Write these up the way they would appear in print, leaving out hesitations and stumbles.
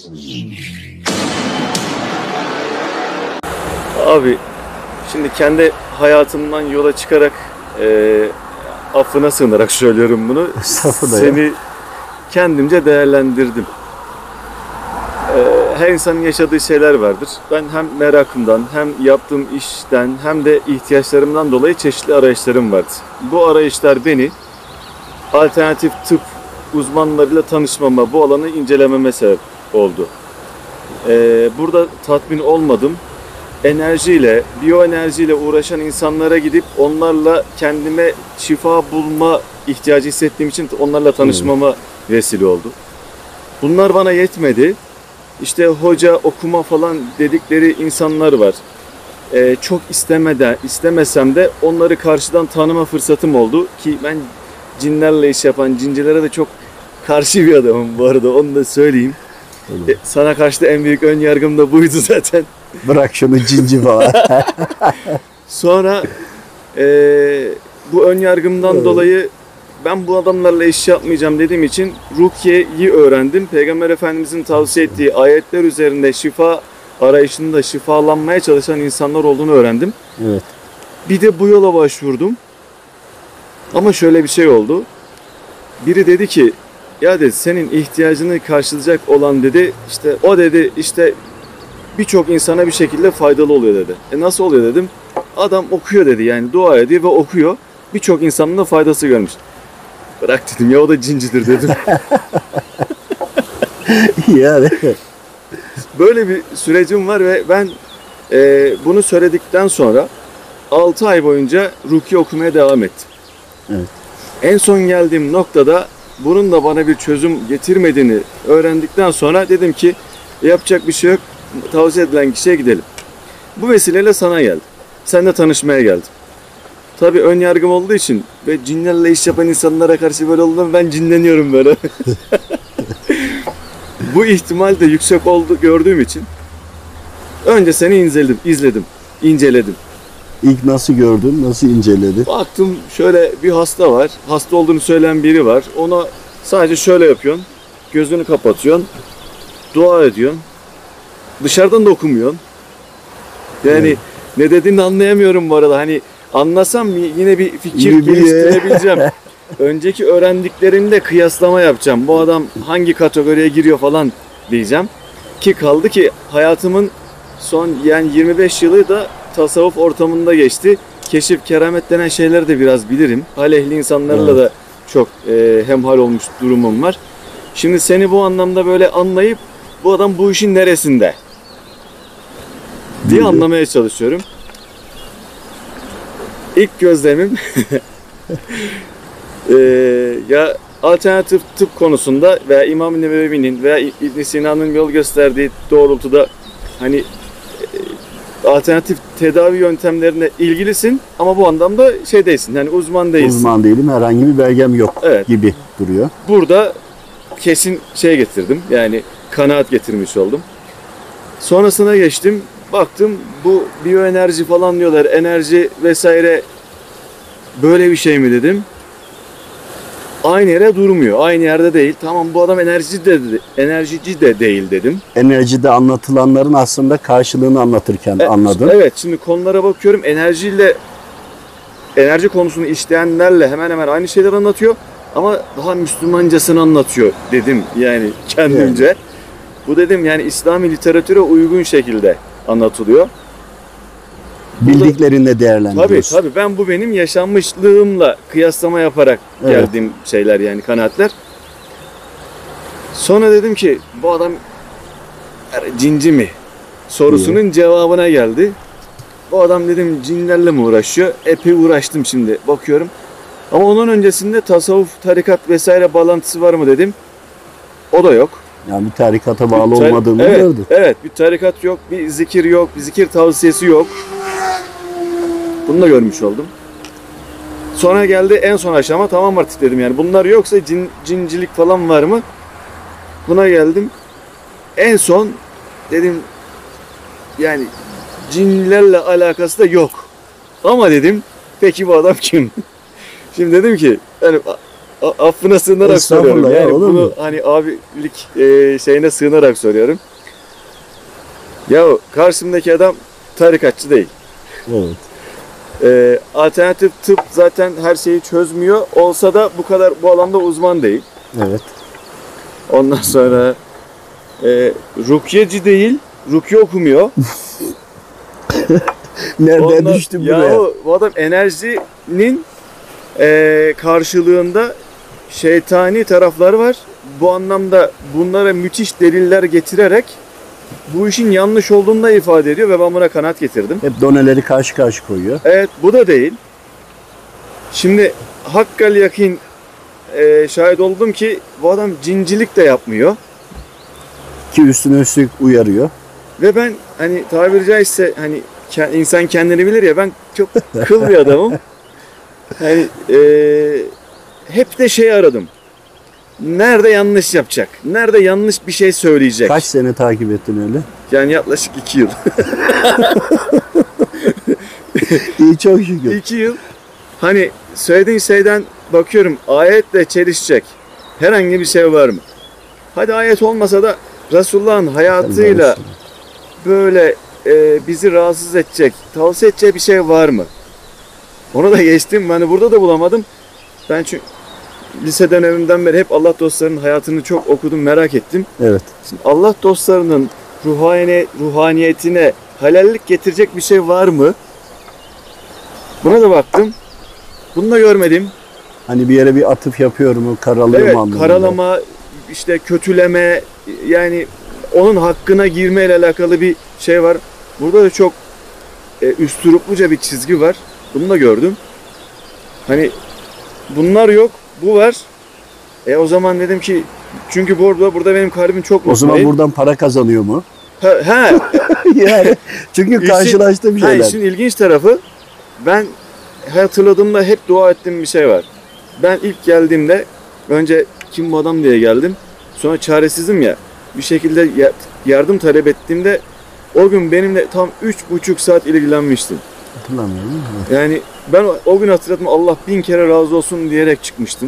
Abi şimdi kendi hayatımdan yola çıkarak affına sığınarak söylüyorum bunu. Seni kendimce değerlendirdim. Her insanın yaşadığı şeyler vardır. Ben hem merakımdan, hem yaptığım işten, hem de ihtiyaçlarımdan dolayı çeşitli arayışlarım vardı. Bu arayışlar beni alternatif tıp uzmanlarıyla tanışmama, bu alanı incelememe sebep oldu. Burada tatmin olmadım. Enerjiyle, biyoenerjiyle uğraşan insanlara gidip onlarla kendime şifa bulma ihtiyacı hissettiğim için onlarla tanışmama vesile oldu. Bunlar bana yetmedi. İşte hoca, okuma falan dedikleri insanlar var. Çok istemesem de onları karşıdan tanıma fırsatım oldu ki ben cinlerle iş yapan cincilere de çok karşı bir adamım bu arada, onu da söyleyeyim. Sana karşı da en büyük ön yargım da buydu zaten. Bırak şunu cinci falan. Sonra bu ön yargımdan dolayı ben bu adamlarla iş yapmayacağım dediğim için Rukiye'yi öğrendim. Peygamber Efendimizin tavsiye ettiği ayetler üzerinde şifa arayışında şifalanmaya çalışan insanlar olduğunu öğrendim. Evet. Bir de bu yola başvurdum. Ama şöyle bir şey oldu. Biri dedi ki, ya dedi senin ihtiyacını karşılayacak olan dedi, işte o dedi işte birçok insana bir şekilde faydalı oluyor dedi. Nasıl oluyor dedim. Adam okuyor dedi, yani dua ediyor ve okuyor. Birçok insanın da faydası görmüş. Bırak dedim ya, o da cincidir dedim. Yani. Böyle bir sürecim var ve ben bunu söyledikten sonra 6 ay boyunca Rukiye okumaya devam ettim. Evet. En son geldiğim noktada bunun da bana bir çözüm getirmediğini öğrendikten sonra dedim ki yapacak bir şey yok, tavsiye edilen kişiye gidelim. Bu vesileyle sana geldim. Seninle tanışmaya geldim. Tabii ön yargım olduğu için ve cinlerle iş yapan insanlara karşı böyle olduğunda ben cinleniyorum böyle. Bu ihtimal de yüksek oldu gördüğüm için önce seni inceledim. İlk nasıl gördün, nasıl inceledin? Baktım şöyle bir hasta var, hasta olduğunu söyleyen biri var. Ona sadece şöyle yapıyorsun, gözünü kapatıyorsun, dua ediyorsun. Dışarıdan da okumuyorsun. Yani evet. Ne dediğini anlayamıyorum bu arada. Hani anlasam yine bir fikir geliştirebileceğim. Önceki öğrendiklerimle kıyaslama yapacağım. Bu adam hangi kategoriye giriyor falan diyeceğim. Ki kaldı ki hayatımın son yani 25 yılı da tasavvuf ortamında geçti. Keşif, keramet denen şeyleri de biraz bilirim. Hal ehli insanlarla da çok hemhal olmuş durumum var. Şimdi seni bu anlamda böyle anlayıp bu adam bu işin neresinde diye anlamaya çalışıyorum. İlk gözlemim ya alternatif tıp konusunda veya İmam-ı Nevevi'nin veya İbn Sina'nın yol gösterdiği doğrultuda hani alternatif tedavi yöntemlerine ilgilisin ama bu anlamda şey değilsin, yani uzman değilsin. Uzman değilim, herhangi bir belgem yok gibi duruyor. Burada kesin şey getirdim, yani kanaat getirmiş oldum. Sonrasına geçtim, baktım bu biyoenerji falan diyorlar, enerji vesaire böyle bir şey mi dedim. Aynı yere durmuyor, aynı yerde değil. Tamam bu adam enerjici de değil dedim. Enerjide anlatılanların aslında karşılığını anlatırken anladım. Evet, şimdi konulara bakıyorum, enerji konusunu işleyenlerle hemen hemen aynı şeyler anlatıyor. Ama daha Müslümancasını anlatıyor dedim yani kendimce. Evet. Bu dedim yani İslami literatüre uygun şekilde anlatılıyor. Bildiklerinde değerlendiriyorsun. Tabii ben bu benim yaşanmışlığımla kıyaslama yaparak geldiğim şeyler, yani kanaatler. Sonra dedim ki bu adam cinci mi sorusunun cevabına geldi. Bu adam dedim cinlerle mi uğraşıyor? Epey uğraştım, şimdi bakıyorum. Ama onun öncesinde tasavvuf, tarikat vesaire bağlantısı var mı dedim. O da yok. Yani bir tarikata bağlı olmadığını gördüm. Evet, bir tarikat yok, bir zikir yok, bir zikir tavsiyesi yok. Bunu da görmüş oldum. Sonra geldi en son aşama, tamam artık dedim, yani bunlar yoksa cincilik falan var mı? Buna geldim. En son dedim yani cinlerle alakası da yok. Ama dedim peki bu adam kim? Şimdi dedim ki yani affına sığınarak Estağfurullah soruyorum. ya, Yani olur bunu mu? hani abilik şeyine sığınarak soruyorum. Ya karşımdaki adam tarikatçı değil. Evet. Alternatif tıp zaten her şeyi çözmüyor. Olsa da bu alanda uzman değil. Evet. Ondan sonra rukyeci değil. Rukye okumuyor. Nereden düştüm buraya? Yahu bu adam enerjinin karşılığında şeytani tarafları var. Bu anlamda bunlara müthiş deliller getirerek bu işin yanlış olduğunu da ifade ediyor ve ben buna kanaat getirdim. Hep doneleri karşı karşı koyuyor. Evet, bu da değil. Şimdi hakkal yakin şahit oldum ki bu adam cincilik de yapmıyor. Ki üstüne üstlük uyarıyor. Ve ben hani tabiri caizse hani insan kendini bilir ya, ben çok kıl bir adamım. Hani hep de şey aradım. Nerede yanlış yapacak? Nerede yanlış bir şey söyleyecek? Kaç sene takip ettin öyle? Yani yaklaşık 2 yıl. İyi, çok şükür. 2 yıl. Hani söylediğin şeyden bakıyorum, ayetle çelişecek herhangi bir şey var mı? Hadi ayet olmasa da Resulullah'ın hayatıyla böyle bizi rahatsız edecek, tavsiye edecek bir şey var mı? Onu da geçtim. Ben de burada da bulamadım. Ben çünkü lise döneminden beri hep Allah dostlarının hayatını çok okudum, merak ettim. Evet. Şimdi Allah dostlarının ruhaniyetine helallik getirecek bir şey var mı? Buna da baktım. Bunu da görmedim. Hani bir yere bir atıf yapıyor mu, karalıyor Evet, mu anlamında? karalama, işte kötüleme, yani onun hakkına girmeyle alakalı bir şey var. Burada da çok üstürupluca bir çizgi var. Bunu da gördüm. Hani bunlar yok, bu var. O zaman dedim ki, çünkü burada benim kalbim çok mutlu. O zaman buradan para kazanıyor mu? He. Yani çünkü karşılaştığım şeyler. İşin ilginç tarafı, ben hatırladığımda hep dua ettiğim bir şey var. Ben ilk geldiğimde önce kim bu adam diye geldim. Sonra çaresizim ya. Bir şekilde yardım talep ettiğimde o gün benimle tam 3,5 saat ilgilenmiştin. Hatırlamıyorum. Yani ben o gün hatırladım, Allah 1000 kere razı olsun diyerek çıkmıştım.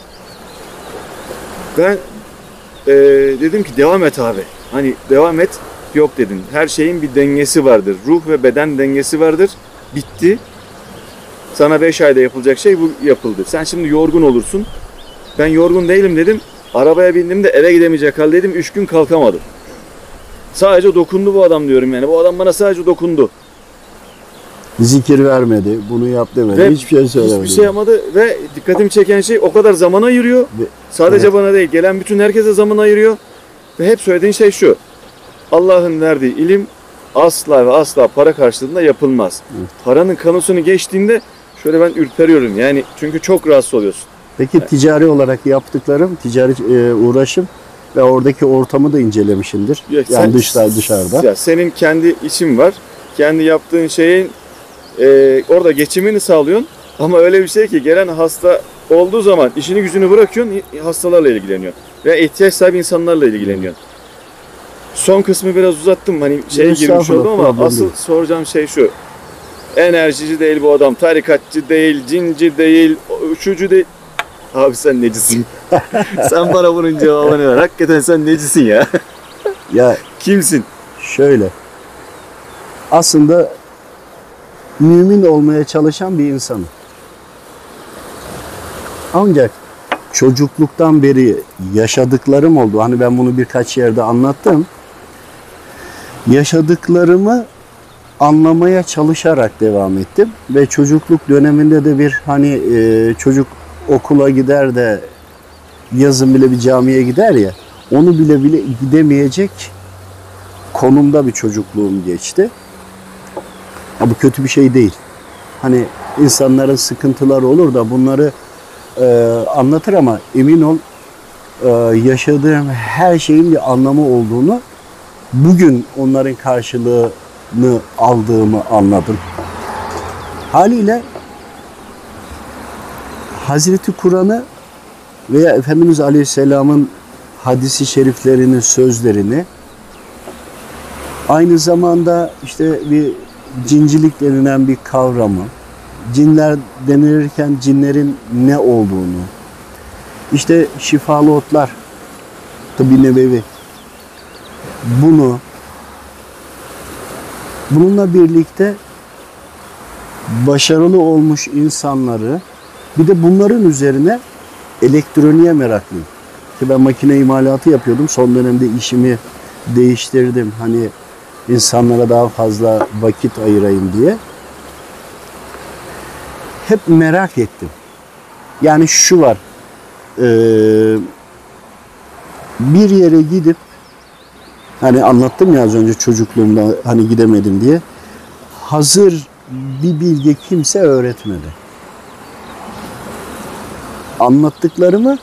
Ben dedim ki devam et abi. Hani devam et. Yok dedin. Her şeyin bir dengesi vardır. Ruh ve beden dengesi vardır. Bitti. Sana 5 ayda yapılacak şey bu yapıldı. Sen şimdi yorgun olursun. Ben yorgun değilim dedim. Arabaya bindiğimde eve gidemeyecek haldeydim. 3 gün kalkamadım. Sadece dokundu bu adam diyorum yani. Bu adam bana sadece dokundu. Zikir vermedi, bunu yap demedi, Ve hiçbir şey söylemedi. Hiçbir şey yapmadı ve dikkatimi çeken şey, o kadar zaman ayırıyor. Sadece bana değil, gelen bütün herkese zaman ayırıyor. Ve hep söylediğin şey şu: Allah'ın verdiği ilim asla ve asla para karşılığında yapılmaz. Evet. Paranın kanusunu geçtiğinde şöyle ben ürperiyorum yani, çünkü çok rahatsız oluyorsun. Peki ticari olarak yaptıklarım, ticari uğraşım ve oradaki ortamı da incelemişimdir. Yani dışarıda. Ya senin kendi işin var. Kendi yaptığın şeyin orada geçimini sağlıyorsun. Ama öyle bir şey ki, gelen hasta olduğu zaman işini gücünü bırakıyorsun, hastalarla ilgileniyorsun. Ve ihtiyaç sahibi insanlarla ilgileniyorsun. Son kısmı biraz uzattım. Hani girmiş oldum ama asıl soracağım şey şu: enerjici değil bu adam, tarikatçı değil, cinci değil, uçucu değil. Abi sen necisin? Sen bana bunun cevabını ver. Hakikaten sen necisin ya? Ya Kimsin? şöyle, aslında mümin olmaya çalışan bir insanım. Ancak çocukluktan beri yaşadıklarım oldu. Hani ben bunu birkaç yerde anlattım. Yaşadıklarımı anlamaya çalışarak devam ettim. Ve çocukluk döneminde de bir çocuk okula gider de yazın bile bir camiye gider ya, onu bile gidemeyecek konumda bir çocukluğum geçti. Ya bu kötü bir şey değil. Hani insanların sıkıntıları olur da bunları anlatır ama emin ol yaşadığım her şeyin bir anlamı olduğunu, bugün onların karşılığını aldığımı anladım. Haliyle Hazreti Kur'an'ı veya Efendimiz Aleyhisselam'ın hadisi şeriflerinin sözlerini, aynı zamanda işte bir cincilik denilen bir kavramı, cinler denilirken cinlerin ne olduğunu, İşte şifalı otlar, tıbbi nebevi. Bununla birlikte başarılı olmuş insanları, bir de bunların üzerine elektroniğe meraklıyım. Ki ben makine imalatı yapıyordum. Son dönemde işimi değiştirdim. Hani insanlara daha fazla vakit ayırayım diye. Hep merak ettim. Yani şu var. Bir yere gidip, hani anlattım ya az önce çocukluğumda hani gidemedim diye. Hazır bir bilgi kimse öğretmedi. Anlattıklarımı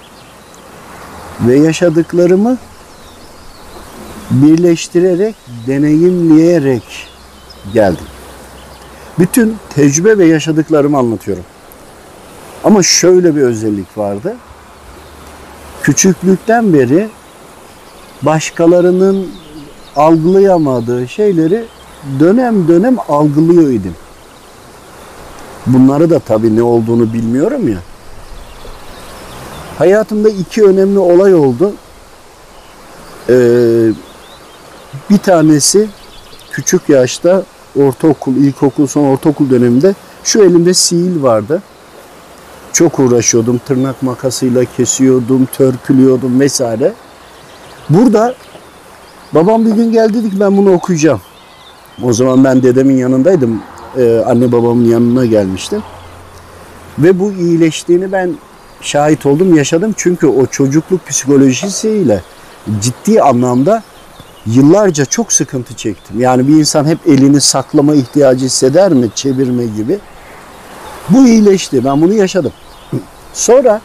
ve yaşadıklarımı birleştirerek, deneyimleyerek geldim. Bütün tecrübe ve yaşadıklarımı anlatıyorum. Ama şöyle bir özellik vardı. Küçüklükten beri başkalarının algılayamadığı şeyleri dönem dönem algılıyor idim. Bunları da tabii ne olduğunu bilmiyorum ya. Hayatımda iki önemli olay oldu. Bir tanesi küçük yaşta ortaokul, ilkokul, son ortaokul döneminde şu elimde sihir vardı. Çok uğraşıyordum. Tırnak makasıyla kesiyordum, törpülüyordum vesaire. Burada babam bir gün geldi, dedi ki ben bunu okuyacağım. O zaman ben dedemin yanındaydım. Anne babamın yanına gelmiştim. Ve bu iyileştiğini ben şahit oldum, yaşadım. Çünkü o çocukluk psikolojisiyle ciddi anlamda yıllarca çok sıkıntı çektim. Yani bir insan hep elini saklama ihtiyacı hisseder mi? Çevirme gibi. Bu iyileşti. Ben bunu yaşadım. Sonra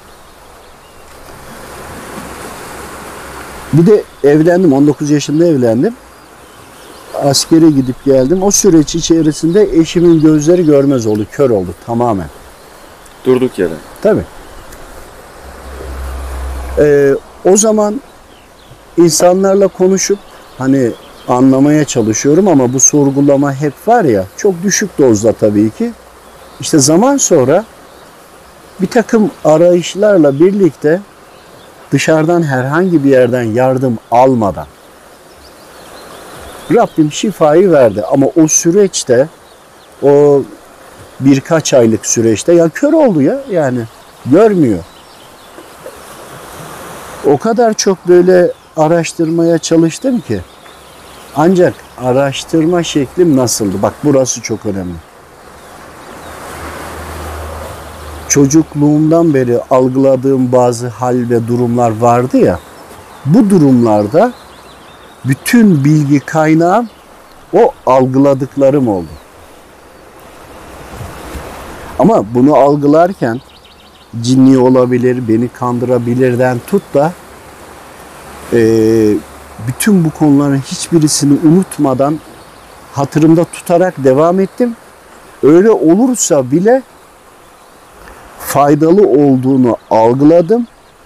bir de evlendim. 19 yaşında evlendim. Askere gidip geldim. O süreç içerisinde eşimin gözleri görmez oldu. Kör oldu tamamen. Durduk yere. Tabii. O zaman insanlarla konuşup hani anlamaya çalışıyorum ama bu sorgulama hep var ya, çok düşük dozda tabii ki. İşte zaman sonra bir takım arayışlarla birlikte dışarıdan herhangi bir yerden yardım almadan Rabbim şifayı verdi. Ama o süreçte, o birkaç aylık süreçte ya kör oldu ya, yani görmüyor. O kadar çok böyle araştırmaya çalıştım ki. Ancak araştırma şeklim nasıldı? Bak burası çok önemli. Çocukluğumdan beri algıladığım bazı hal ve durumlar vardı ya. Bu durumlarda bütün bilgi kaynağım o algıladıklarım oldu. Ama bunu algılarken cinni olabilir, beni kandırabilirden tut da bütün bu konuların hiçbirisini unutmadan hatırımda tutarak devam ettim. Öyle olursa bile faydalı olduğunu algıladım.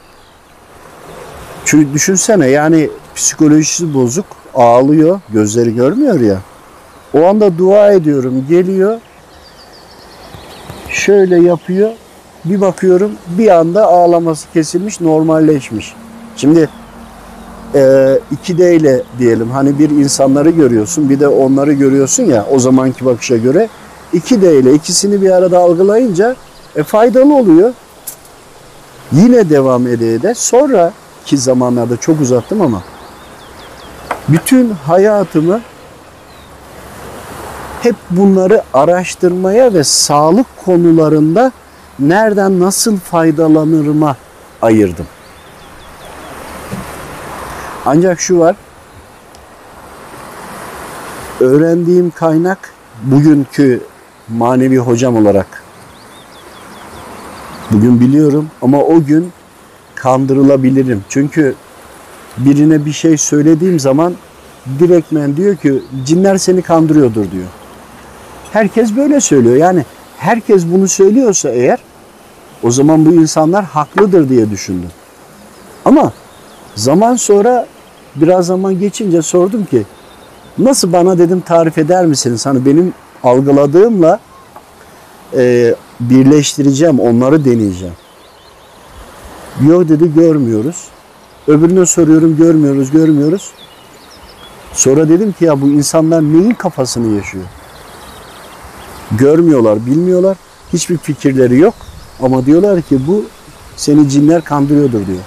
Çünkü düşünsene, yani psikolojisi bozuk, ağlıyor, gözleri görmüyor ya. O anda dua ediyorum, geliyor, şöyle yapıyor, bir bakıyorum bir anda ağlaması kesilmiş, normalleşmiş. Şimdi 2D ile diyelim, hani bir insanları görüyorsun, bir de onları görüyorsun ya, o zamanki bakışa göre 2D ile ikisini bir arada algılayınca faydalı oluyor. Yine devam ede sonraki zamanlarda çok uzattım ama bütün hayatımı hep bunları araştırmaya ve sağlık konularında nereden nasıl faydalanırıma ayırdım. Ancak şu var, öğrendiğim kaynak bugünkü manevi hocam olarak bugün biliyorum ama o gün kandırılabilirim. Çünkü birine bir şey söylediğim zaman direktmen diyor ki cinler seni kandırıyordur diyor. Herkes böyle söylüyor. Yani herkes bunu söylüyorsa eğer, o zaman bu insanlar haklıdır diye düşündüm. Ama zaman sonra, biraz zaman geçince sordum ki nasıl, bana dedim tarif eder misiniz? Hani benim algıladığımla birleştireceğim, onları deneyeceğim. Yok dedi, görmüyoruz. Öbürüne soruyorum, görmüyoruz. Sonra dedim ki ya bu insanlar neyin kafasını yaşıyor? Görmüyorlar, bilmiyorlar. Hiçbir fikirleri yok. Ama diyorlar ki bu seni cinler kandırıyordur diyor.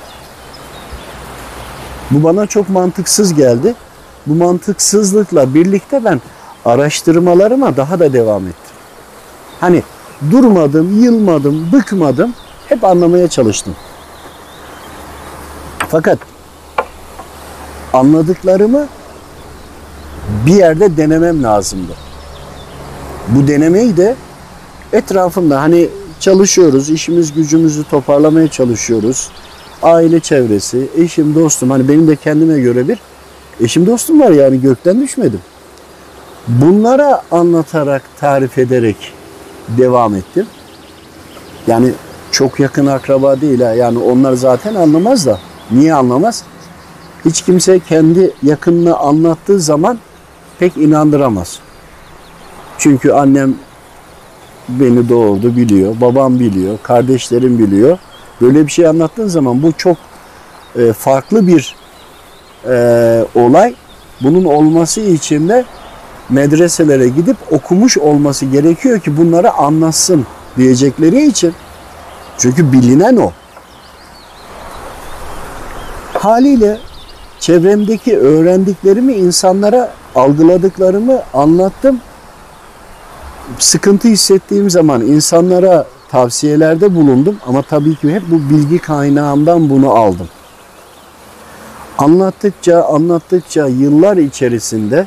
Bu bana çok mantıksız geldi. Bu mantıksızlıkla birlikte ben araştırmalarıma daha da devam ettim. Hani durmadım, yılmadım, bıkmadım. Hep anlamaya çalıştım. Fakat anladıklarımı bir yerde denemem lazımdı. Bu denemeyi de etrafımda hani çalışıyoruz, işimiz gücümüzü toparlamaya çalışıyoruz. Aile çevresi, eşim, dostum, hani benim de kendime göre bir eşim, dostum var, yani gökten düşmedim. Bunlara anlatarak, tarif ederek devam ettim. Yani çok yakın akraba değil ha. Yani onlar zaten anlamaz da. Niye anlamaz? Hiç kimse kendi yakınını anlattığı zaman pek inandıramaz. Çünkü annem beni doğurdu, biliyor. Babam biliyor. Kardeşlerim biliyor. Böyle bir şey anlattığın zaman bu çok farklı bir olay. Bunun olması için de medreselere gidip okumuş olması gerekiyor ki bunları anlatsın diyecekleri için. Çünkü bilinen o. Haliyle çevremdeki öğrendiklerimi, insanlara algıladıklarımı anlattım. Sıkıntı hissettiğim zaman insanlara tavsiyelerde bulundum ama tabii ki hep bu bilgi kaynağımdan bunu aldım. Anlattıkça yıllar içerisinde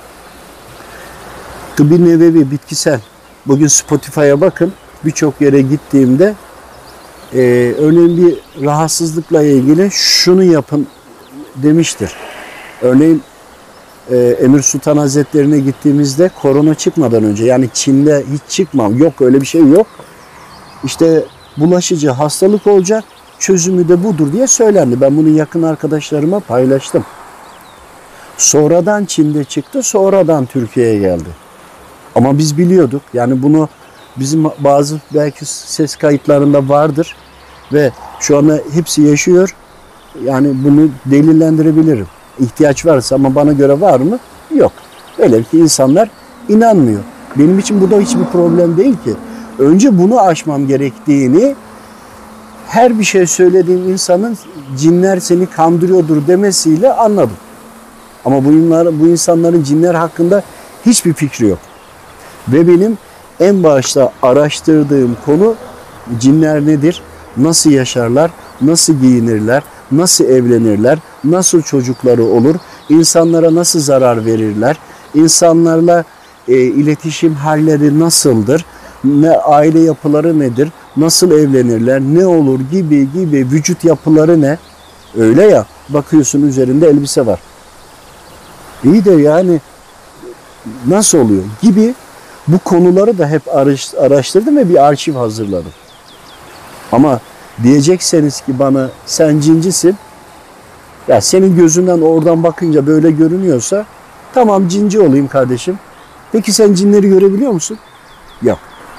tıbbi nebevi, bitkisel, bugün Spotify'a bakın, birçok yere gittiğimde örneğin bir rahatsızlıkla ilgili şunu yapın demiştir. Örneğin Emir Sultan Hazretleri'ne gittiğimizde korona çıkmadan önce, yani Çin'de hiç çıkmam, yok öyle bir şey yok. İşte bulaşıcı hastalık olacak, çözümü de budur diye söylendi. Ben bunu yakın arkadaşlarıma paylaştım. Sonradan Çin'de çıktı, sonradan Türkiye'ye geldi. Ama biz biliyorduk. Yani bunu bizim bazı belki ses kayıtlarında vardır ve şu anda hepsi yaşıyor. Yani bunu delillendirebilirim. İhtiyaç varsa, ama bana göre var mı? Yok. Öyle ki insanlar inanmıyor. Benim için burada hiçbir problem değil ki. Önce bunu aşmam gerektiğini, her bir şey söylediğim insanın cinler seni kandırıyordur demesiyle anladım. Ama bu insanların cinler hakkında hiçbir fikri yok. Ve benim en başta araştırdığım konu cinler nedir? Nasıl yaşarlar? Nasıl giyinirler? Nasıl evlenirler? Nasıl çocukları olur? İnsanlara nasıl zarar verirler? İnsanlarla iletişim halleri nasıldır? Aile yapıları nedir? Nasıl evlenirler? Ne olur gibi vücut yapıları ne? Öyle ya, bakıyorsun üzerinde elbise var. İyi de yani nasıl oluyor gibi bu konuları da hep araştırdım ve bir arşiv hazırladım. Ama diyecekseniz ki bana sen cincisin, ya senin gözünden oradan bakınca böyle görünüyorsa tamam, cinci olayım kardeşim. Peki sen cinleri görebiliyor musun? Yok.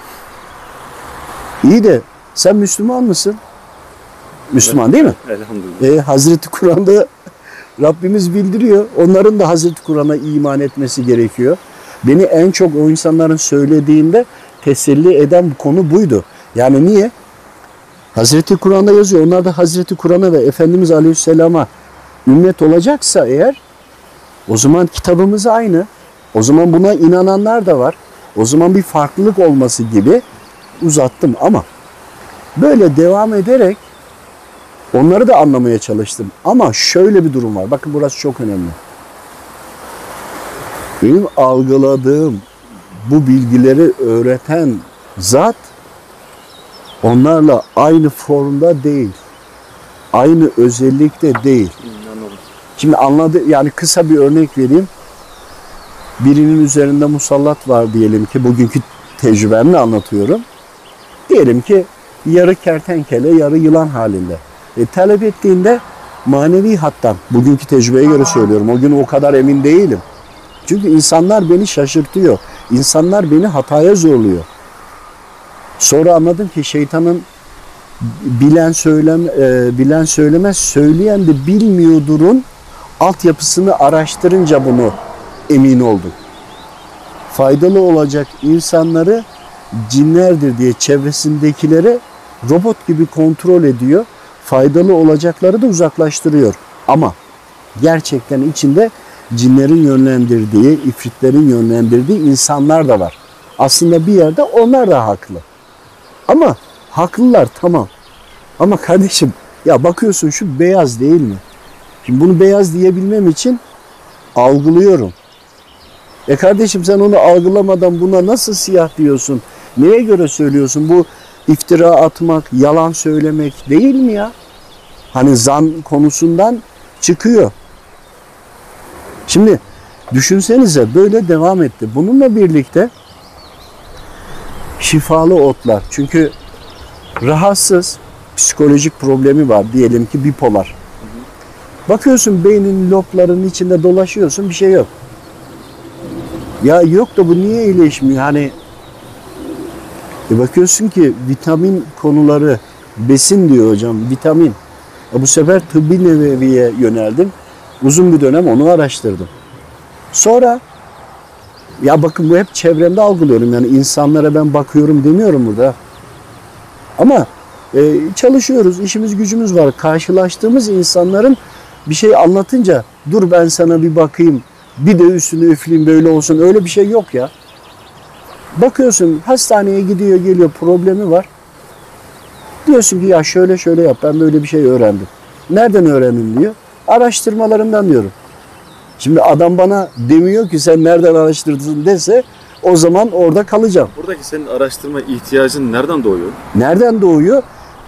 İyi de sen Müslüman mısın? Müslüman değil mi? Elhamdülillah. Hazreti Kur'an'da Rabbimiz bildiriyor. Onların da Hazreti Kur'an'a iman etmesi gerekiyor. Beni en çok o insanların söylediğinde teselli eden konu buydu. Yani niye? Hazreti Kur'an'da yazıyor. Onlar da Hazreti Kur'an'a ve Efendimiz Aleyhisselam'a ümmet olacaksa eğer, o zaman kitabımız aynı. O zaman buna inananlar da var. O zaman bir farklılık olması gibi uzattım ama böyle devam ederek onları da anlamaya çalıştım. Ama şöyle bir durum var. Bakın burası çok önemli. Benim algıladığım bu bilgileri öğreten zat onlarla aynı formda değil. Aynı özellikte değil. Şimdi yani kısa bir örnek vereyim. Birinin üzerinde musallat var diyelim ki, bugünkü tecrübemle anlatıyorum. Diyelim ki yarı kertenkele, yarı yılan halinde. Talep ettiğinde manevi hattan, bugünkü tecrübeye göre söylüyorum. O gün o kadar emin değilim. Çünkü insanlar beni şaşırtıyor. İnsanlar beni hataya zorluyor. Sonra anladım ki şeytanın bilen söylemez, söyleyen de bilmiyordurun altyapısını araştırınca bunu emin oldum. Faydalı olacak insanları cinlerdir diye çevresindekileri robot gibi kontrol ediyor. Faydalı olacakları da uzaklaştırıyor. Ama gerçekten içinde cinlerin yönlendirdiği, ifritlerin yönlendirdiği insanlar da var. Aslında bir yerde onlar da haklı. Ama haklılar, tamam. Ama kardeşim ya bakıyorsun şu beyaz değil mi? Şimdi bunu beyaz diyebilmem için algılıyorum. Kardeşim sen onu algılamadan buna nasıl siyah diyorsun? Neye göre söylüyorsun? Bu iftira atmak, yalan söylemek değil mi ya? Hani zan konusundan çıkıyor. Şimdi düşünsenize böyle devam etti. Bununla birlikte şifalı otlar. Çünkü rahatsız, psikolojik problemi var. Diyelim ki bipolar. Bakıyorsun beynin loblarının içinde dolaşıyorsun, bir şey yok. Ya yok da bu niye iyileşmiyor? Hani bakıyorsun ki vitamin konuları, besin diyor hocam, vitamin. Bu sefer tıbbi nebeviye yöneldim. Uzun bir dönem onu araştırdım. Sonra ya bakın bu hep çevremde algılıyorum. Yani insanlara ben bakıyorum demiyorum burada. Ama çalışıyoruz, işimiz gücümüz var. Karşılaştığımız insanların bir şey anlatınca dur ben sana bir bakayım, bir de üstüne üfleyeyim böyle olsun, öyle bir şey yok ya. Bakıyorsun hastaneye gidiyor geliyor, problemi var. Diyorsun ki ya şöyle şöyle yap, ben böyle bir şey öğrendim. Nereden öğrendin diyor. Araştırmalarımdan diyorum. Şimdi adam bana demiyor ki sen nereden araştırdın dese o zaman orada kalacağım. Buradaki senin araştırma ihtiyacın nereden doğuyor? Nereden doğuyor?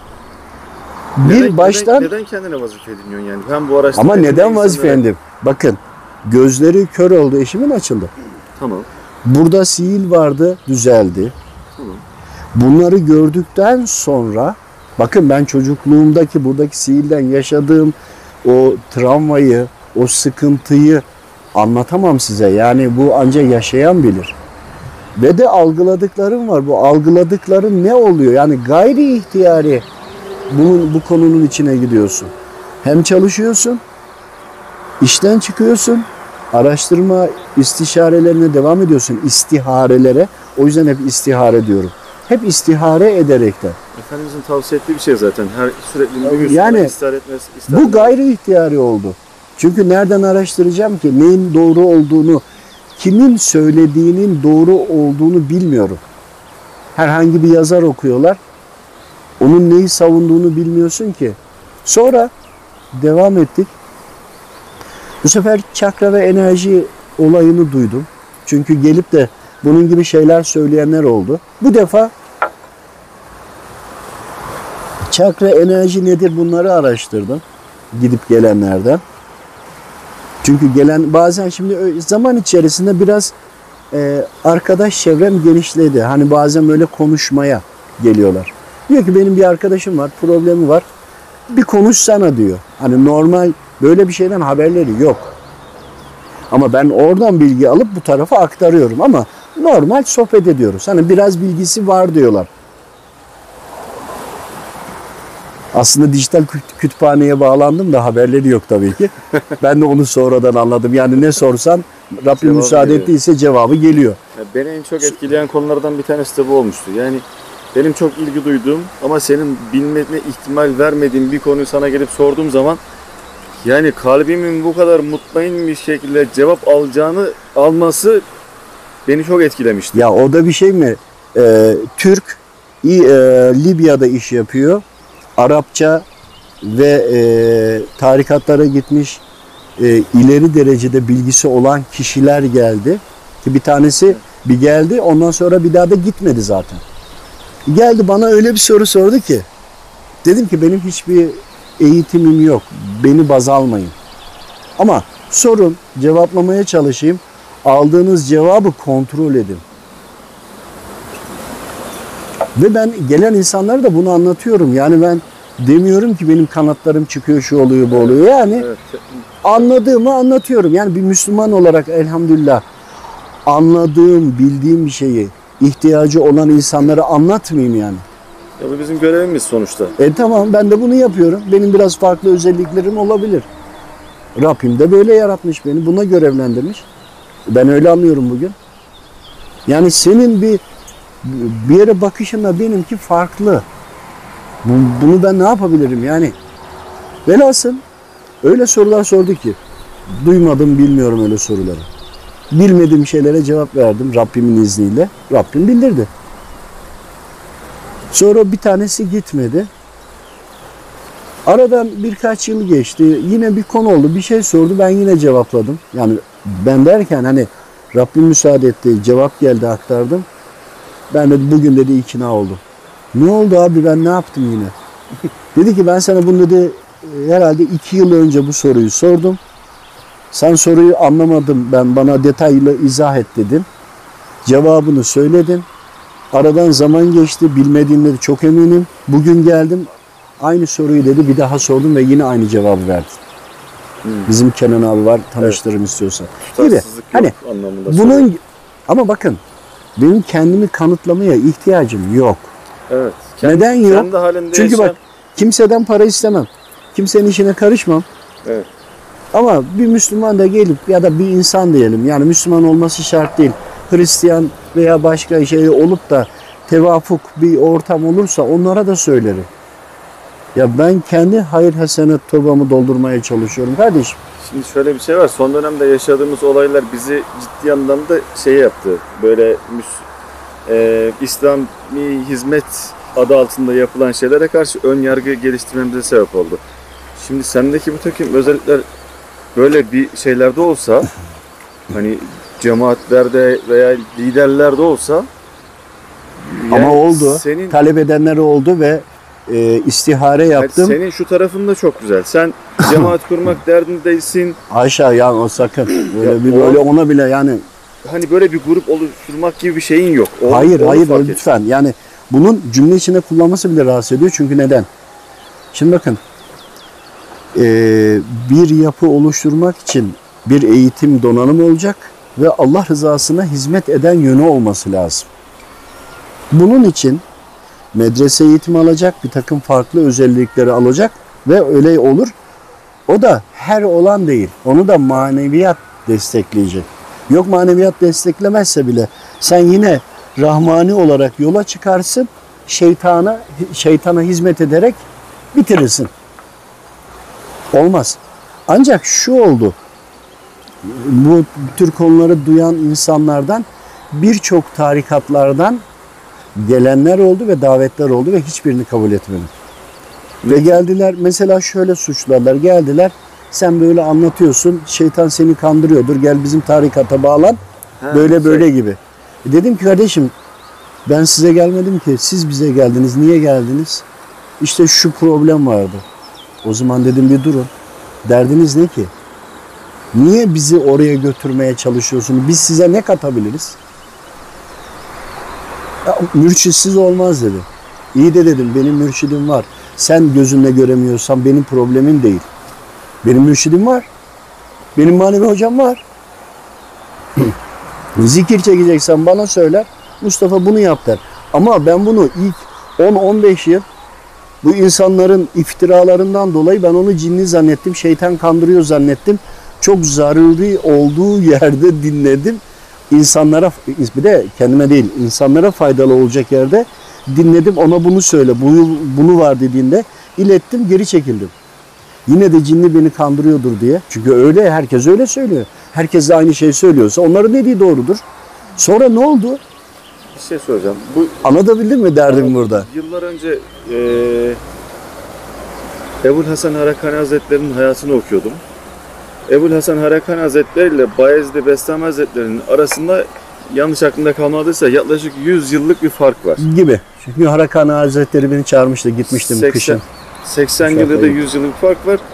Neden kendine vazife ediniyorsun yani? Ben bu araştırma... Ama neden vazife edindim? Bakın gözleri kör oldu, eşimin açıldı. Tamam. Burada sihir vardı, düzeldi. Tamam. Bunları gördükten sonra bakın ben çocukluğumdaki buradaki sihirden yaşadığım o travmayı, o sıkıntıyı anlatamam size. Yani bu ancak yaşayan bilir. Ve de algıladıklarım var. Bu algıladıkların ne oluyor? Yani gayri ihtiyari bu konunun içine gidiyorsun. Hem çalışıyorsun, işten çıkıyorsun, araştırma istişarelerine devam ediyorsun. İstiharelere. O yüzden hep istihare diyorum. Hep istihare ederekten. Efendimizin tavsiye ettiği bir şey zaten. Her sürekli bir Müslüman yani, istihare etmez. Bu gayri ihtiyari oldu. Çünkü nereden araştıracağım ki? Neyin doğru olduğunu, kimin söylediğinin doğru olduğunu bilmiyorum. Herhangi bir yazar okuyorlar. Onun neyi savunduğunu bilmiyorsun ki. Sonra devam ettik. Bu sefer çakra ve enerji olayını duydum. Çünkü gelip de bunun gibi şeyler söyleyenler oldu. Bu defa çakra, enerji nedir bunları araştırdım. Gidip gelenlerden. Çünkü gelen bazen şimdi zaman içerisinde biraz arkadaş çevrem genişledi. Hani bazen böyle konuşmaya geliyorlar. Diyor ki benim bir arkadaşım var, problemi var. Bir konuşsana diyor. Hani normal böyle bir şeyden haberleri yok. Ama ben oradan bilgi alıp bu tarafa aktarıyorum ama normal sohbet ediyoruz. Hani biraz bilgisi var diyorlar. Aslında dijital kütüphaneye bağlandım da haberleri yok tabii ki. Ben de onu sonradan anladım. Yani ne sorsan Rabbim müsaade ettiyse cevabı geliyor. Ya beni en çok etkileyen konulardan bir tanesi de bu olmuştu. Yani benim çok ilgi duyduğum ama senin bilmene ihtimal vermediğin bir konuyu sana gelip sorduğum zaman yani kalbimin bu kadar mutmain bir şekilde cevap alması beni çok etkilemişti. Ya o da bir şey mi? Türk Libya'da iş yapıyor. Arapça ve tarikatlara gitmiş ileri derecede bilgisi olan kişiler geldi. Ki bir tanesi bir geldi ondan sonra bir daha da gitmedi zaten. Geldi bana öyle bir soru sordu ki dedim ki benim hiçbir eğitimim yok. Beni baz almayın. Ama sorun, cevaplamaya çalışayım. Aldığınız cevabı kontrol edin. Ve ben gelen insanlara da bunu anlatıyorum. Yani ben demiyorum ki benim kanatlarım çıkıyor, şu oluyor, bu oluyor. Yani Evet. anladığımı anlatıyorum. Yani bir Müslüman olarak elhamdülillah anladığım, bildiğim bir şeyi ihtiyacı olan insanlara anlatmayayım yani. Ya bu bizim görevimiz sonuçta. Tamam, ben de bunu yapıyorum. Benim biraz farklı özelliklerim olabilir. Rabbim de böyle yaratmış beni. Buna görevlendirmiş. Ben öyle anlıyorum bugün. Yani senin bir yere bakışınla benimki farklı. Bunu ben ne yapabilirim yani? Velhasıl öyle sorular sordu ki duymadım, bilmiyorum öyle soruları. Bilmediğim şeylere cevap verdim Rabbimin izniyle. Rabbim bildirdi. Sonra bir tanesi gitmedi. Aradan birkaç yıl geçti. Yine bir konu oldu. Bir şey sordu. Ben yine cevapladım. Yani ben derken hani Rabbim müsaade etti. Cevap geldi, aktardım. Ben de bugün dedi ikna oldum. Ne oldu abi, ben ne yaptım yine? Dedi ki ben sana bunu dedi herhalde 2 yıl önce bu soruyu sordum. Sen soruyu anlamadım, ben bana detaylı izah et dedim. Cevabını söyledin. Aradan zaman geçti, bilmediğimde de çok eminim. Bugün geldim, aynı soruyu dedi bir daha sordum ve yine aynı cevabı verdi. Bizim Kenan abi var, tanıştırırım istiyorsan. Gibi. Tutarsızlık Hani yok anlamında. bunun ama bakın benim kendimi kanıtlamaya ihtiyacım yok. Evet. Neden yok? Kendi halinde Çünkü yaşayan- bak kimseden para istemem. Kimsenin işine karışmam. Evet. Ama bir Müslüman da gelip ya da bir insan diyelim, yani Müslüman olması şart değil. Hristiyan veya başka şey olup da tevafuk bir ortam olursa onlara da söylerim. Ya ben kendi hayır hasenet torbamı doldurmaya çalışıyorum kardeşim. Şimdi şöyle bir şey var. Son dönemde yaşadığımız olaylar bizi ciddi anlamda şey yaptı. Böyle İslami hizmet adı altında yapılan şeylere karşı ön yargı geliştirmemize sebep oldu. Şimdi sendeki bu takım özellikler böyle bir şeylerde olsa, hani cemaatlerde veya liderlerde olsa, Ama yani oldu. Senin, Talep edenler oldu ve istihare yaptım. senin şu tarafın da çok güzel. Sen cemaat kurmak derdindesin. Ayşe ya o sakın. Böyle Ya bir o- böyle ona bile yani Hani böyle bir grup oluşturmak gibi bir şeyin yok. hayır Onu hayır fark et. lütfen. Yani bunun cümle içinde kullanması bile rahatsız ediyor. Çünkü neden? Şimdi bakın bir yapı oluşturmak için bir eğitim donanım olacak ve Allah rızasına hizmet eden yönü olması lazım. Bunun için medrese eğitimi alacak, bir takım farklı özellikleri alacak ve öyle olur. O da her olan değil. Onu da maneviyat destekleyecek. Yok maneviyat desteklemezse bile sen yine rahmani olarak yola çıkarsın, şeytana hizmet ederek bitirirsin. Olmaz. Ancak şu oldu. Bu tür konuları duyan insanlardan birçok tarikatlardan gelenler oldu ve davetler oldu ve hiçbirini kabul etmedim. Ve geldiler mesela şöyle suçlarlar. Geldiler sen böyle anlatıyorsun. Şeytan seni kandırıyordur. Gel bizim tarikata bağlan. Böyle gibi. Dedim ki kardeşim ben size gelmedim ki. Siz bize geldiniz. Niye geldiniz? İşte şu problem vardı. O zaman dedim bir durun. Derdiniz ne ki? Niye bizi oraya götürmeye çalışıyorsunuz? Biz size ne katabiliriz? Ya, mürşitsiz olmaz dedi. İyi de dedim benim mürşidim var. Sen gözünle göremiyorsan benim problemim değil. Benim mürşidim var. Benim manevi hocam var. Zikir çekeceksen bana söyler. Mustafa bunu yap der. Ama ben bunu ilk 10-15 yıl bu insanların iftiralarından dolayı ben onu cinni zannettim. Şeytan kandırıyor zannettim. Çok zaruri olduğu yerde dinledim. İnsanlara, bir de kendime değil, insanlara faydalı olacak yerde dinledim. Ona bunu söyle, bunu var dediğinde ilettim, geri çekildim. Yine de cinni beni kandırıyordur diye. Çünkü öyle, herkes öyle söylüyor. Herkes de aynı şeyi söylüyorsa onların dediği doğrudur. Sonra ne oldu? Bir şey soracağım. Bu Anlatabildim mi derdim burada? yıllar önce Ebu'l Hasan Harakani Hazretleri'nin hayatını okuyordum. Ebu'l Hasan Harakani Hazretleri ile Bayezid Bestami Hazretleri'nin arasında yanlış aklımda kalmadıysa yaklaşık 100 yıllık bir fark var. Gibi. Çünkü Harakani Hazretleri beni çağırmıştı, gitmiştim kışın. 80 yıl ya da 100 yıllık bir fark var.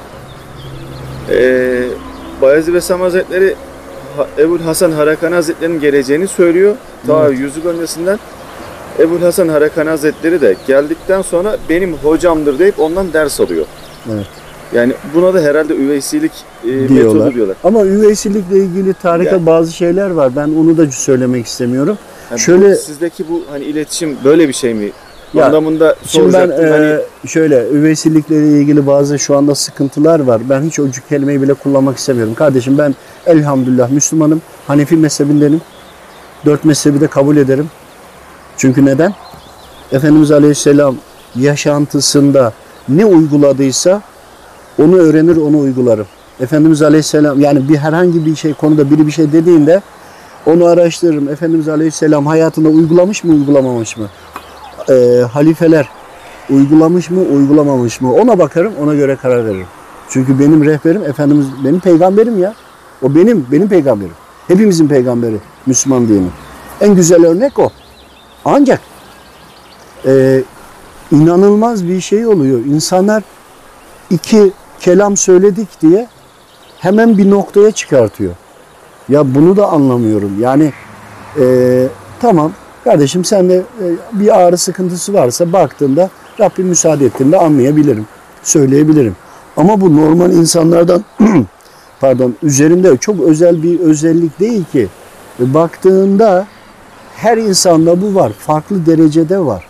Bayezid Bestami Hazretleri Ebu'l Hasan Harakani Hazretleri'nin geleceğini söylüyor. Ta 100 yıl öncesinden. Ebu'l Hasan Harakani Hazretleri de geldikten sonra benim hocamdır deyip ondan ders alıyor. Evet. Yani buna da herhalde üveysilik Diyorlar. metodu diyorlar. Ama üveysilikle ilgili tarikat Yani- bazı şeyler var. Ben onu da söylemek istemiyorum. Yani Şöyle- sizdeki bu hani iletişim böyle bir şey mi? Ya, anlamında Şimdi ben soracaktım. Hani şöyle üveysilikle ilgili bazı şu anda sıkıntılar var. Ben hiç o kelimeyi bile kullanmak istemiyorum. Kardeşim ben elhamdülillah Müslümanım. Hanefi mezhebindenim. 4 mezhebi de kabul ederim. Çünkü neden? Efendimiz Aleyhisselam yaşantısında ne uyguladıysa onu öğrenir, onu uygularım. Efendimiz Aleyhisselam yani herhangi bir şey konuda biri bir şey dediğinde onu araştırırım. Efendimiz Aleyhisselam hayatında uygulamış mı, uygulamamış mı? Halifeler uygulamış mı, uygulamamış mı? Ona bakarım, ona göre karar veririm. Çünkü benim rehberim Efendimiz, benim peygamberim ya. O benim peygamberim. Hepimizin peygamberi, Müslüman dini. En güzel örnek o. Ancak inanılmaz bir şey oluyor. İnsanlar iki kelam söyledik diye hemen bir noktaya çıkartıyor. Ya bunu da anlamıyorum. Yani tamam kardeşim sen de bir ağrı sıkıntısı varsa baktığında Rabbim müsaade ettiğinde anlayabilirim. Söyleyebilirim. Ama bu normal insanlardan pardon üzerinde çok özel bir özellik değil ki. Baktığında her insanda bu var. Farklı derecede var.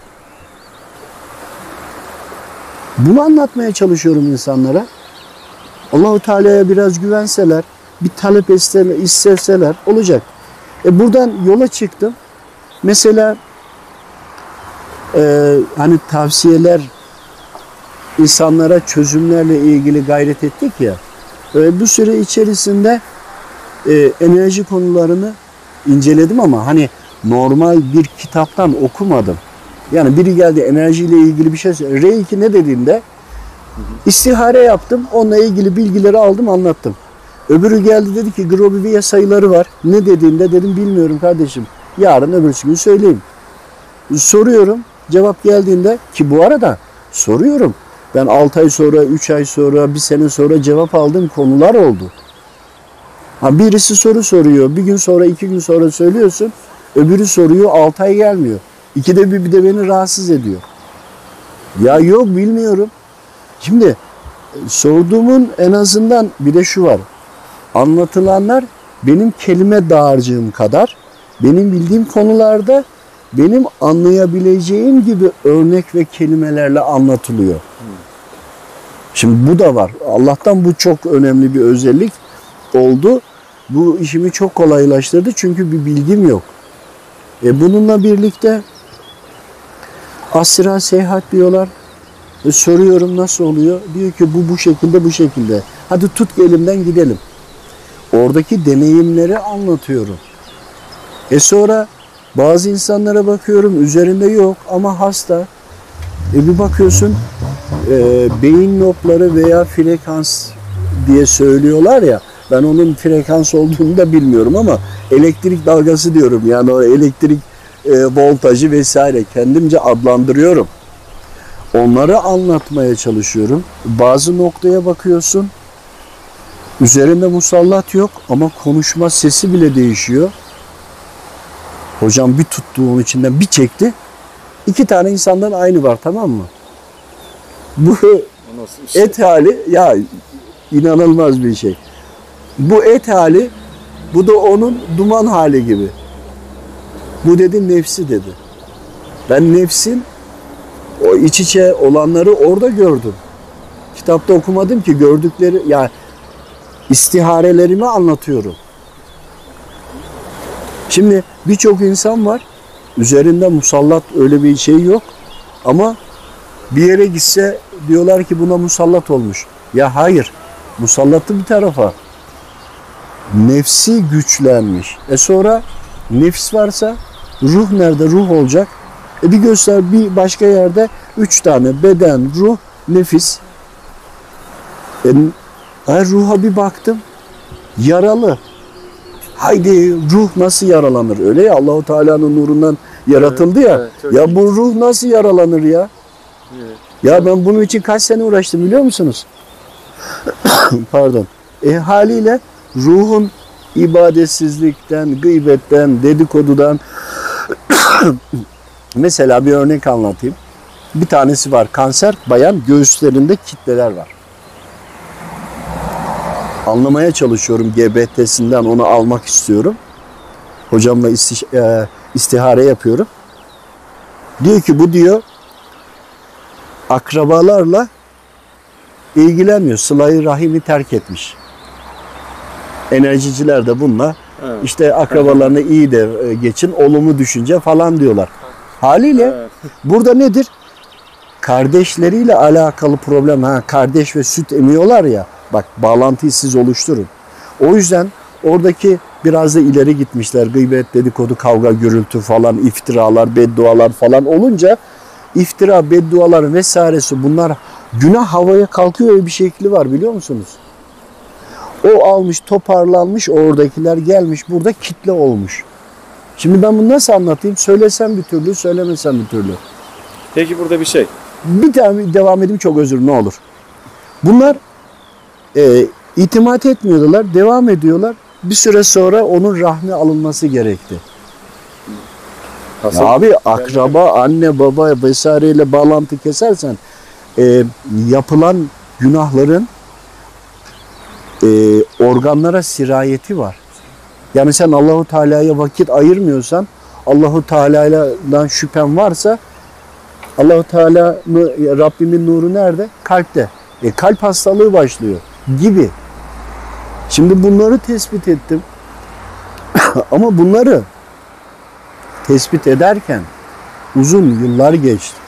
Bunu anlatmaya çalışıyorum insanlara. Allahu Teala'ya biraz güvenseler, bir talep isteseler olacak. Buradan yola çıktım. Mesela hani tavsiyeler insanlara çözümlerle ilgili gayret ettik ya. Bu süre içerisinde enerji konularını inceledim ama hani normal bir kitaptan okumadım. Yani biri geldi enerjiyle ilgili bir şey söyledi. R2 ne dediğinde istihare yaptım. Onunla ilgili bilgileri aldım, anlattım. Öbürü geldi dedi ki Groboviye sayıları var. Ne dediğinde dedim bilmiyorum kardeşim. Yarın öbürsü gün söyleyeyim. Soruyorum. Cevap geldiğinde ki bu arada soruyorum. Ben 6 ay sonra, 3 ay sonra, 1 sene sonra cevap aldığım konular oldu. Birisi soru soruyor. Bir gün sonra, 2 gün sonra söylüyorsun. Öbürü soruyor, 6 ay gelmiyor. İkide bir de beni rahatsız ediyor. Ya yok bilmiyorum. Şimdi sorduğumun en azından bir de şu var. Anlatılanlar benim kelime dağarcığım kadar, benim bildiğim konularda benim anlayabileceğim gibi örnek ve kelimelerle anlatılıyor. Şimdi bu da var. Allah'tan bu çok önemli bir özellik oldu. Bu işimi çok kolaylaştırdı çünkü bir bilgim yok. Bununla birlikte asra seyahat diyorlar. Soruyorum nasıl oluyor? Diyor ki bu şekilde, bu şekilde. Hadi tut elimden gidelim. Oradaki deneyimleri anlatıyorum. Sonra bazı insanlara bakıyorum üzerinde yok ama hasta. Bir bakıyorsun beyin nokları veya frekans diye söylüyorlar ya. Ben onun frekans olduğunu da bilmiyorum ama elektrik dalgası diyorum. Yani o elektrik voltajı vesaire kendimce adlandırıyorum. Onları anlatmaya çalışıyorum. Bazı noktaya bakıyorsun. Üzerinde musallat yok ama konuşma sesi bile değişiyor. Hocam bir tuttu onun içinden bir çekti. 2 tane insandan aynı var, tamam mı? Bu et hali ya inanılmaz bir şey. Bu et hali, bu da onun duman hali gibi. Bu dedi nefsi dedi. Ben nefsin o iç içe olanları orada gördüm. Kitapta okumadım ki gördükleri yani istiharelerimi anlatıyorum. Şimdi birçok insan var. Üzerinde musallat öyle bir şey yok. Ama bir yere gitse diyorlar ki buna musallat olmuş. Ya hayır. Musallatı bir tarafa. Nefsi güçlenmiş. Sonra nefis varsa ruh nerede? Ruh olacak. Bir göster bir başka yerde 3 tane beden, ruh, nefis. Ruha bir baktım. Yaralı. Haydi ruh nasıl yaralanır? Öyle ya Allahu Teala'nın nurundan yaratıldı ya. Evet, ya bu ruh nasıl yaralanır ya? Evet. Ya ben bunun için kaç sene uğraştım biliyor musunuz? Pardon. Haliyle ruhun ibadetsizlikten, gıybetten, dedikodudan mesela bir örnek anlatayım. Bir tanesi var kanser, bayan göğüslerinde kitleler var. Anlamaya çalışıyorum GBT'sinden onu almak istiyorum. Hocamla istihare yapıyorum. Diyor ki bu diyor akrabalarla ilgilenmiyor. Sıla-i Rahim'i terk etmiş. Enerjiciler de bununla Evet. işte akrabalarına iyi de geçin, olumlu düşünce falan diyorlar. Haliyle Evet. burada nedir? Kardeşleriyle alakalı problem. Kardeş ve süt emiyorlar ya. Bak, bağlantıyı siz oluşturun. O yüzden oradaki biraz da ileri gitmişler. Gıybet, dedikodu, kavga, gürültü falan, iftiralar, beddualar falan olunca iftira, beddualar vesairesi, bunlar günah havaya kalkıyor ve bir şekli var, biliyor musunuz? O almış, toparlanmış, oradakiler gelmiş, burada kitle olmuş. Şimdi ben bunu nasıl anlatayım? Söylesem bir türlü, söylemesem bir türlü. Peki burada bir şey. Bir tane devam edeyim, çok özür, ne olur. Bunlar itimat etmiyorlar, devam ediyorlar. Bir süre sonra onun rahmi alınması gerekti. Hasan, Ya abi, akraba, anne, baba vesaireyle bağlantı kesersen yapılan günahların organlara sirayeti var. Yani sen Allahu Teala'ya vakit ayırmıyorsan, Allahu Teala'dan şüphen varsa, Allahu Teala mı, Rabbimin nuru nerede? Kalpte. Kalp hastalığı başlıyor gibi. Şimdi bunları tespit ettim. Ama bunları tespit ederken uzun yıllar geçti.